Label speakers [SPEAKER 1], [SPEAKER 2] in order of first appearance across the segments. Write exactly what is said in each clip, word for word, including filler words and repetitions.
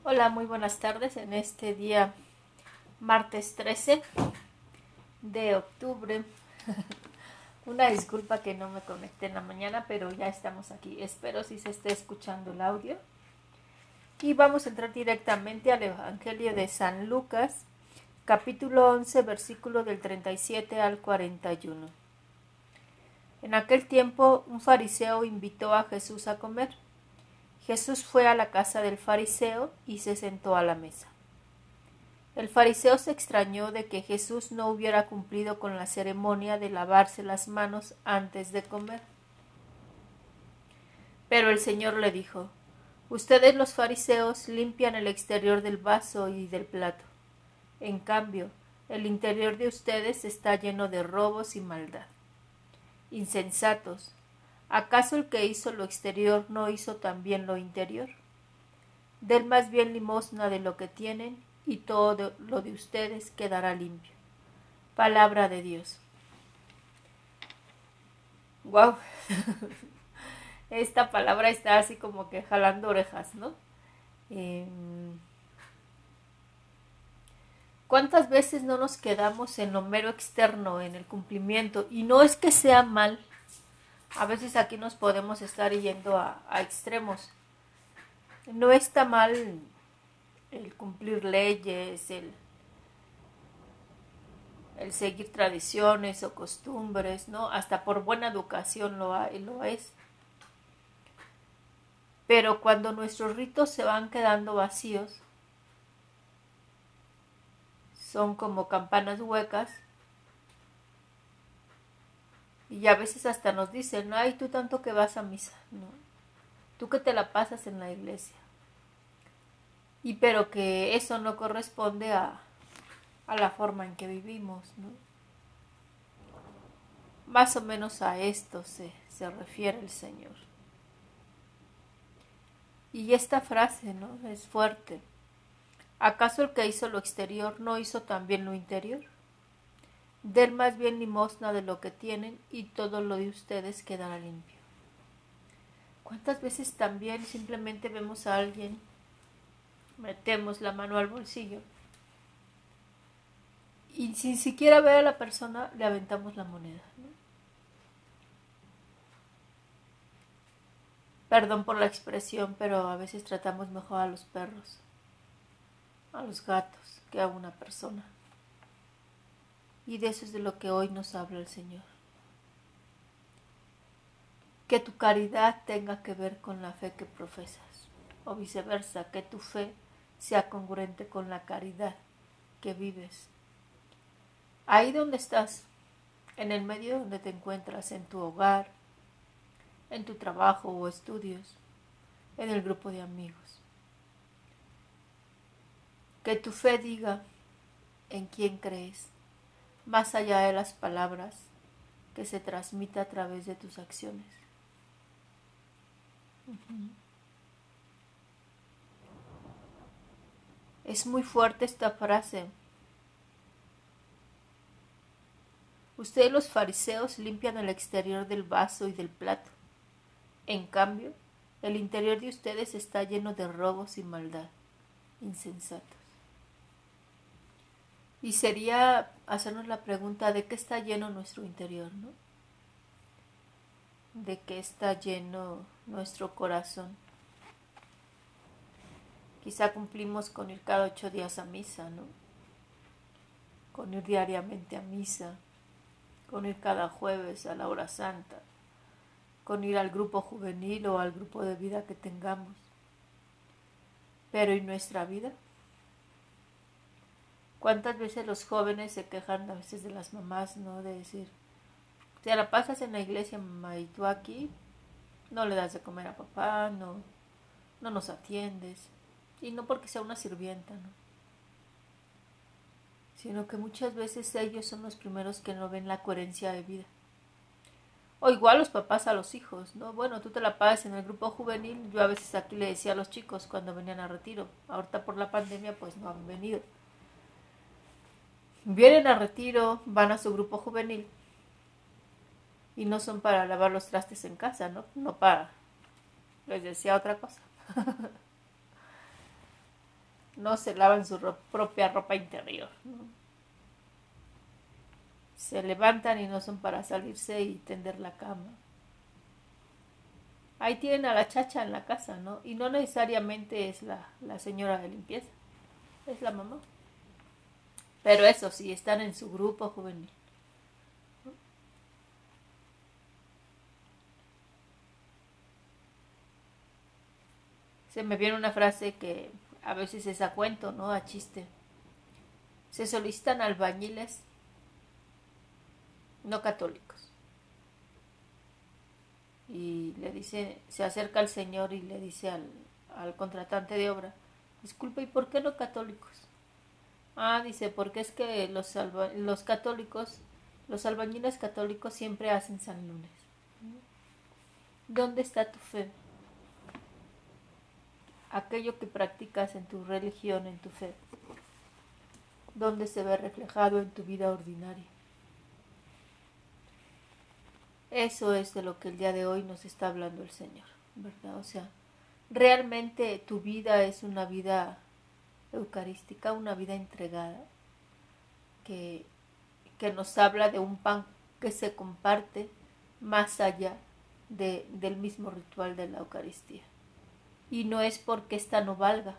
[SPEAKER 1] Hola, muy buenas tardes en este día martes trece de octubre. Una disculpa que no me conecté en la mañana, pero ya estamos aquí. Espero si se esté escuchando el audio. Y vamos a entrar directamente al Evangelio de San Lucas, capítulo once, versículo del treinta y siete al cuarenta y uno. En aquel tiempo un fariseo invitó a Jesús a comer. Jesús fue a la casa del fariseo y se sentó a la mesa. El fariseo se extrañó de que Jesús no hubiera cumplido con la ceremonia de lavarse las manos antes de comer. Pero el Señor le dijo: Ustedes los fariseos limpian el exterior del vaso y del plato. En cambio, el interior de ustedes está lleno de robos y maldad. Insensatos, ¿acaso el que hizo lo exterior no hizo también lo interior? Den más bien limosna de lo que tienen, y todo lo de ustedes quedará limpio. Palabra de Dios. Wow, esta palabra está así como que jalando orejas, ¿no? Eh, ¿Cuántas veces no nos quedamos en lo mero externo, en el cumplimiento? Y no es que sea mal. A veces aquí nos podemos estar yendo a, a extremos. No está mal el cumplir leyes, el, el seguir tradiciones o costumbres, ¿no? Hasta por buena educación lo, hay, lo es. Pero cuando nuestros ritos se van quedando vacíos, son como campanas huecas, y a veces hasta nos dicen: ay, tú tanto que vas a misa, ¿no? Tú que te la pasas en la iglesia. Y pero que eso no corresponde a, a la forma en que vivimos, ¿no? Más o menos a esto se, se refiere el Señor. Y esta frase, ¿no?, es fuerte. ¿Acaso el que hizo lo exterior no hizo también lo interior? Den más bien limosna de lo que tienen, y todo lo de ustedes quedará limpio. ¿Cuántas veces también simplemente vemos a alguien, metemos la mano al bolsillo y sin siquiera ver a la persona le aventamos la moneda, ¿no? Perdón por la expresión, pero a veces tratamos mejor a los perros, a los gatos, que a una persona. Y de eso es de lo que hoy nos habla el Señor. Que tu caridad tenga que ver con la fe que profesas, o viceversa, que tu fe sea congruente con la caridad que vives. Ahí donde estás, en el medio donde te encuentras, en tu hogar, en tu trabajo o estudios, en el grupo de amigos. Que tu fe diga en quién crees, más allá de las palabras, que se transmita a través de tus acciones. Uh-huh. Es muy fuerte esta frase. Ustedes los fariseos limpian el exterior del vaso y del plato. En cambio, el interior de ustedes está lleno de robos y maldad. Insensatos. Y sería hacernos la pregunta: ¿de qué está lleno nuestro interior, no? ¿De qué está lleno nuestro corazón? Quizá cumplimos con ir cada ocho días a misa, ¿no? Con ir diariamente a misa, con ir cada jueves a la hora santa, con ir al grupo juvenil o al grupo de vida que tengamos. Pero ¿y nuestra vida? ¿Cuántas veces los jóvenes se quejan a veces de las mamás, ¿no? De decir: te la pasas en la iglesia, mamá, y tú aquí no le das de comer a papá, no, no nos atiendes. Y no porque sea una sirvienta, ¿no? Sino que muchas veces ellos son los primeros que no ven la coherencia de vida. O igual los papás a los hijos, ¿no? Bueno, tú te la pasas en el grupo juvenil. Yo a veces aquí le decía a los chicos cuando venían a retiro, ahorita por la pandemia pues no han venido. Vienen a retiro, van a su grupo juvenil y no son para lavar los trastes en casa, ¿no? No para. Les decía otra cosa. no se lavan su ro- propia ropa interior, ¿no? Se levantan y no son para salirse y tender la cama. Ahí tienen a la chacha en la casa, ¿no? Y no necesariamente es la, la señora de limpieza, es la mamá. Pero eso sí, están en su grupo juvenil. Se me viene una frase que a veces es a cuento, ¿no? A chiste. Se solicitan albañiles no católicos. Y le dice, se acerca al señor y le dice al, al contratante de obra, disculpe, ¿y por qué no católicos? Ah, dice, porque es que los, alba, los católicos, los albañiles católicos siempre hacen San Lunes. ¿Dónde está tu fe? Aquello que practicas en tu religión, en tu fe, ¿dónde se ve reflejado en tu vida ordinaria? Eso es de lo que el día de hoy nos está hablando el Señor, ¿verdad? O sea, realmente tu vida es una vida eucarística, una vida entregada, que, que nos habla de un pan que se comparte más allá de, del mismo ritual de la Eucaristía. Y no es porque ésta no valga.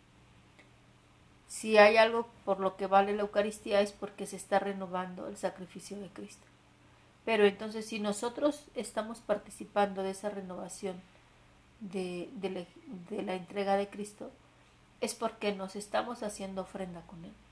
[SPEAKER 1] Si hay algo por lo que vale la Eucaristía es porque se está renovando el sacrificio de Cristo. Pero entonces si nosotros estamos participando de esa renovación de, de, la, de la entrega de Cristo, es porque nos estamos haciendo ofrenda con Él.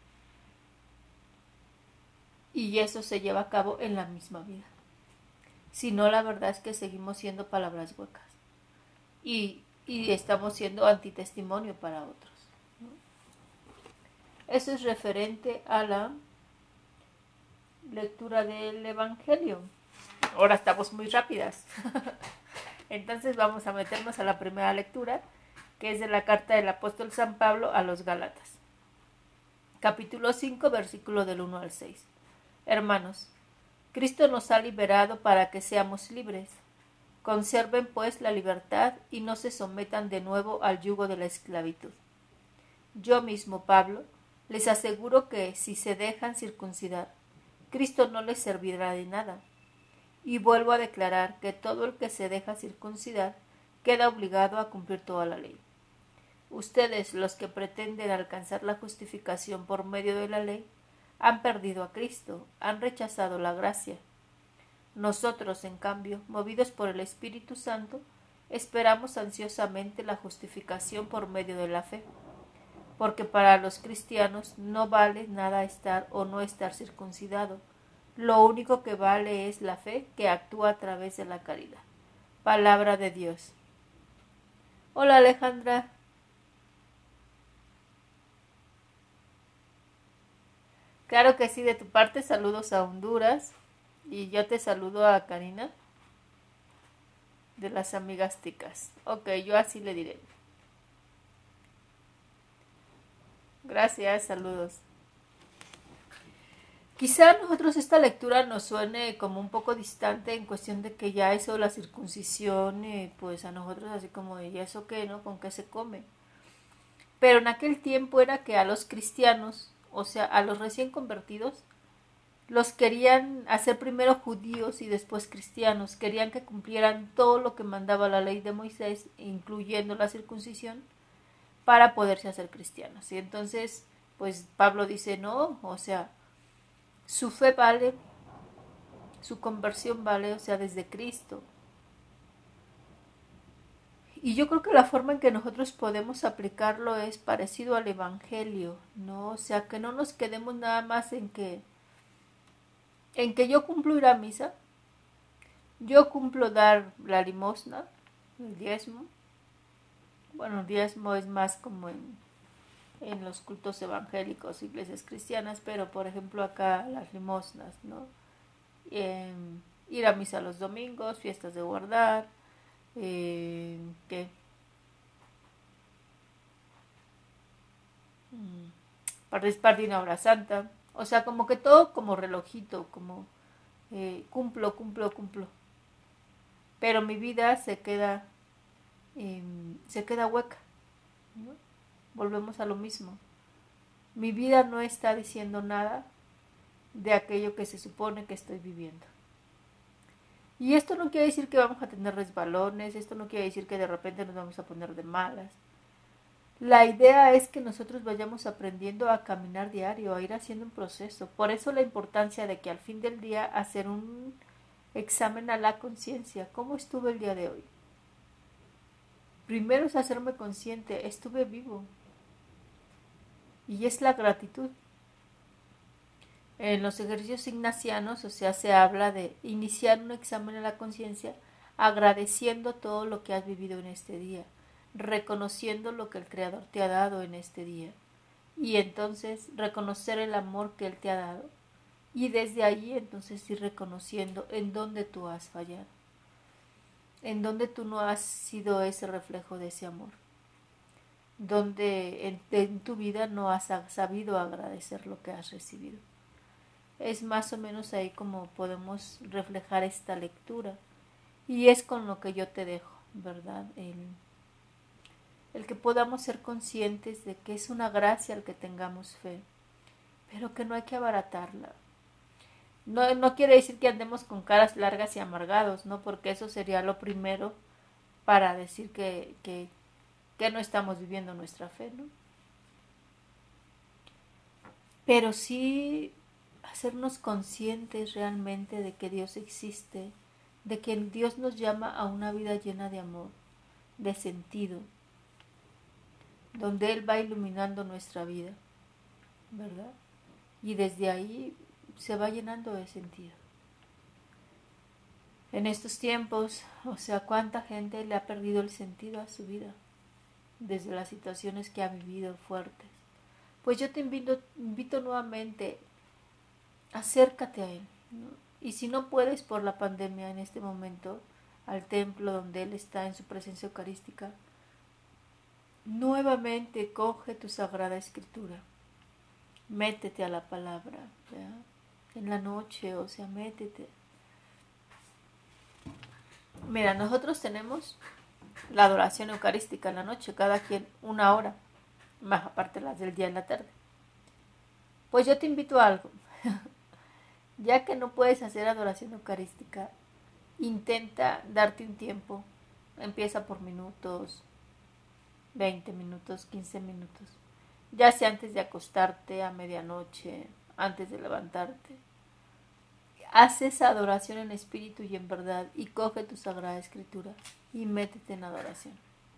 [SPEAKER 1] Y eso se lleva a cabo en la misma vida. Si no, la verdad es que seguimos siendo palabras huecas. Y, y estamos siendo antitestimonio para otros, ¿no? Eso es referente a la lectura del Evangelio. Ahora estamos muy rápidas. Entonces vamos a meternos a la primera lectura, que es de la carta del apóstol San Pablo a los Gálatas. Capítulo cinco, versículo del uno al seis. Hermanos, Cristo nos ha liberado para que seamos libres. Conserven pues la libertad y no se sometan de nuevo al yugo de la esclavitud. Yo mismo, Pablo, les aseguro que si se dejan circuncidar, Cristo no les servirá de nada. Y vuelvo a declarar que todo el que se deja circuncidar queda obligado a cumplir toda la ley. Ustedes, los que pretenden alcanzar la justificación por medio de la ley, han perdido a Cristo, han rechazado la gracia. Nosotros, en cambio, movidos por el Espíritu Santo, esperamos ansiosamente la justificación por medio de la fe, porque para los cristianos no vale nada estar o no estar circuncidado. Lo único que vale es la fe que actúa a través de la caridad. Palabra de Dios. Hola, Alejandra. Claro que sí, de tu parte saludos a Honduras y yo te saludo a Karina de las amigas ticas. Ok, yo así le diré. Gracias, saludos. Quizá a nosotros esta lectura nos suene como un poco distante en cuestión de que ya eso de la circuncisión, eh, pues a nosotros así como de ya eso qué, ¿no? ¿Con qué se come? Pero en aquel tiempo era que a los cristianos, o sea, a los recién convertidos, los querían hacer primero judíos y después cristianos. Querían que cumplieran todo lo que mandaba la ley de Moisés, incluyendo la circuncisión, para poderse hacer cristianos. Y entonces, pues Pablo dice, no, o sea, su fe vale, su conversión vale, o sea, desde Cristo. Y yo creo que la forma en que nosotros podemos aplicarlo es parecido al Evangelio, ¿no? O sea, que no nos quedemos nada más en que en que yo cumplo ir a misa, yo cumplo dar la limosna, el diezmo. Bueno, el diezmo es más como en, en los cultos evangélicos, iglesias cristianas, pero por ejemplo acá las limosnas, ¿no? Eh, ir a misa los domingos, fiestas de guardar, eh, ¿qué? Mm, participar de una hora santa, o sea, como que todo como relojito, como eh, cumplo, cumplo, cumplo. Pero mi vida se queda, eh, se queda hueca, ¿no? volvemos a lo mismo. Mi vida no está diciendo nada de aquello que se supone que estoy viviendo. Y esto no quiere decir que vamos a tener resbalones, esto no quiere decir que de repente nos vamos a poner de malas. La idea es que nosotros vayamos aprendiendo a caminar diario, a ir haciendo un proceso. Por eso la importancia de que al fin del día hacer un examen a la conciencia. ¿Cómo estuve el día de hoy? Primero es hacerme consciente, estuve vivo. Y es la gratitud. En los ejercicios ignacianos, o sea, se habla de iniciar un examen a la conciencia agradeciendo todo lo que has vivido en este día, reconociendo lo que el Creador te ha dado en este día y entonces reconocer el amor que Él te ha dado y desde ahí entonces ir reconociendo en dónde tú has fallado, en dónde tú no has sido ese reflejo de ese amor, donde en, en tu vida no has sabido agradecer lo que has recibido. Es más o menos ahí como podemos reflejar esta lectura. Y es con lo que yo te dejo, ¿verdad? El, el que podamos ser conscientes de que es una gracia el que tengamos fe, pero que no hay que abaratarla. No, no quiere decir que andemos con caras largas y amargados, ¿no? Porque eso sería lo primero para decir que, que, que no estamos viviendo nuestra fe, ¿no? Pero sí hacernos conscientes realmente de que Dios existe, de que Dios nos llama a una vida llena de amor, de sentido, donde Él va iluminando nuestra vida, ¿verdad? Y desde ahí se va llenando de sentido. En estos tiempos, o sea, cuánta gente le ha perdido el sentido a su vida, desde las situaciones que ha vivido fuertes. Pues yo te invito, invito nuevamente, acércate a Él, ¿no? Y si no puedes por la pandemia en este momento, al templo donde Él está en su presencia eucarística, nuevamente coge tu Sagrada Escritura, métete a la palabra, ¿ya? En la noche, o sea, métete. Mira, nosotros tenemos la adoración eucarística en la noche, cada quien una hora, más aparte las del día en la tarde. Pues yo te invito a algo. Ya que no puedes hacer adoración eucarística, intenta darte un tiempo. Empieza por minutos, veinte minutos, quince minutos. Ya sea antes de acostarte, a medianoche, antes de levantarte. Haz esa adoración en espíritu y en verdad y coge tu Sagrada Escritura y métete en adoración.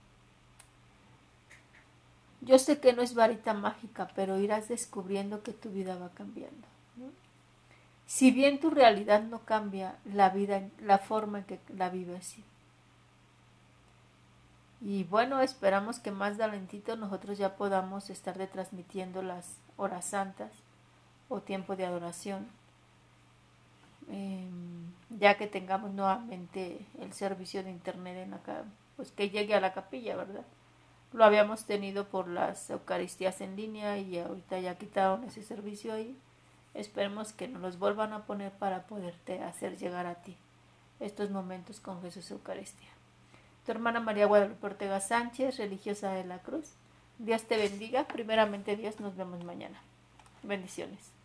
[SPEAKER 1] Yo sé que no es varita mágica, pero irás descubriendo que tu vida va cambiando, ¿no? Si bien tu realidad no cambia, la vida, la forma en que la vives sí. Y bueno, esperamos que más adelantito nosotros ya podamos estar transmitiendo las horas santas o tiempo de adoración, eh, ya que tengamos nuevamente el servicio de internet en la, pues que llegue a la capilla, ¿verdad? Lo habíamos tenido por las Eucaristías en línea y ahorita ya quitaron ese servicio ahí. Esperemos que nos los vuelvan a poner para poderte hacer llegar a ti estos momentos con Jesús Eucaristía. Tu hermana María Guadalupe Ortega Sánchez, religiosa de la Cruz. Dios te bendiga. Primeramente Dios, nos vemos mañana. Bendiciones.